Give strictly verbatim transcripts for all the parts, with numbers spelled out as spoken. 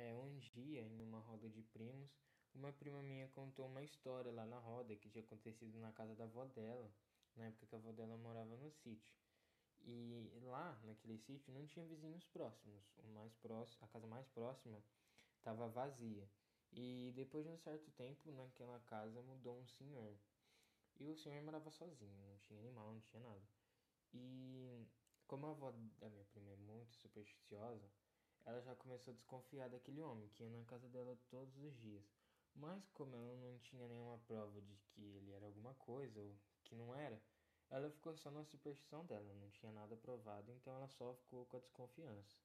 É, um dia, em uma roda de primos, uma prima minha contou uma história lá na roda que tinha acontecido na casa da avó dela, na época que a avó dela morava no sítio. E lá, naquele sítio, não tinha vizinhos próximos. O mais próximo, a casa mais próxima estava vazia. E depois de um certo tempo, naquela casa mudou um senhor. E o senhor morava sozinho, não tinha animal, não tinha nada. E como a avó da minha prima é muito supersticiosa, ela já começou a desconfiar daquele homem que ia na casa dela todos os dias. Mas como ela não tinha nenhuma prova de que ele era alguma coisa ou que não era, ela ficou só na superstição dela, não tinha nada provado, então ela só ficou com a desconfiança.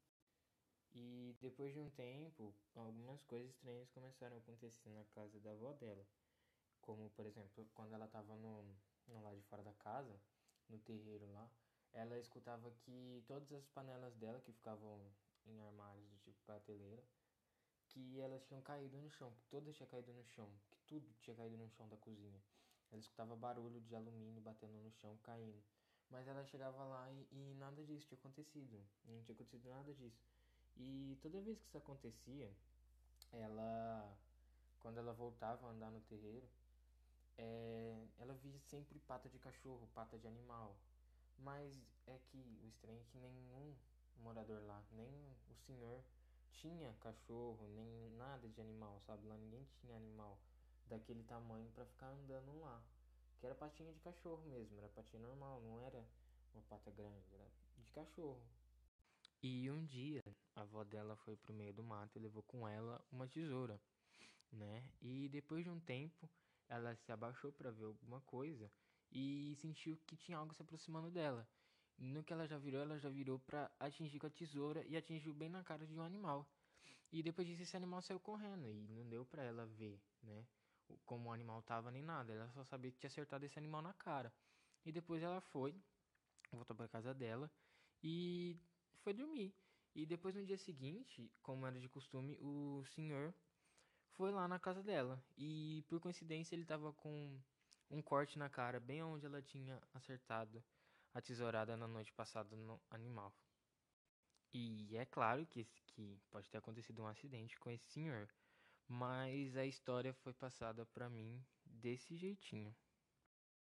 E depois de um tempo, algumas coisas estranhas começaram a acontecer na casa da avó dela. Como, por exemplo, quando ela estava no, no lado de fora da casa, no terreiro lá, ela escutava que todas as panelas dela, que ficavam em armários do tipo prateleira, que elas tinham caído no chão, que todas tinham caído no chão, que tudo tinha caído no chão da cozinha. Ela escutava barulho de alumínio batendo no chão, caindo. Mas ela chegava lá e, e nada disso tinha acontecido. Não tinha acontecido nada disso. E toda vez que isso acontecia, ela, quando ela voltava a andar no terreiro, é, ela via sempre pata de cachorro, pata de animal. Mas é que o estranho é que nenhum morador lá, nem o senhor, tinha cachorro, nem nada de animal, sabe? Lá ninguém tinha animal daquele tamanho pra ficar andando lá. Que era patinha de cachorro mesmo, era patinha normal, não era uma pata grande, era de cachorro. E um dia a avó dela foi pro meio do mato e levou com ela uma tesoura, né? E depois de um tempo, ela se abaixou para ver alguma coisa e sentiu que tinha algo se aproximando dela. No que ela já virou, ela já virou para atingir com a tesoura e atingiu bem na cara de um animal. E depois disso, esse animal saiu correndo e não deu para ela ver, né? Como o animal tava nem nada. Ela só sabia que tinha acertado esse animal na cara. E depois ela foi, voltou para casa dela e foi dormir. E depois no dia seguinte, como era de costume, o senhor foi lá na casa dela e por coincidência ele tava com um corte na cara, bem onde ela tinha acertado a tesourada na noite passada no animal. E é claro que, esse- que pode ter acontecido um acidente com esse senhor, mas a história foi passada pra mim desse jeitinho.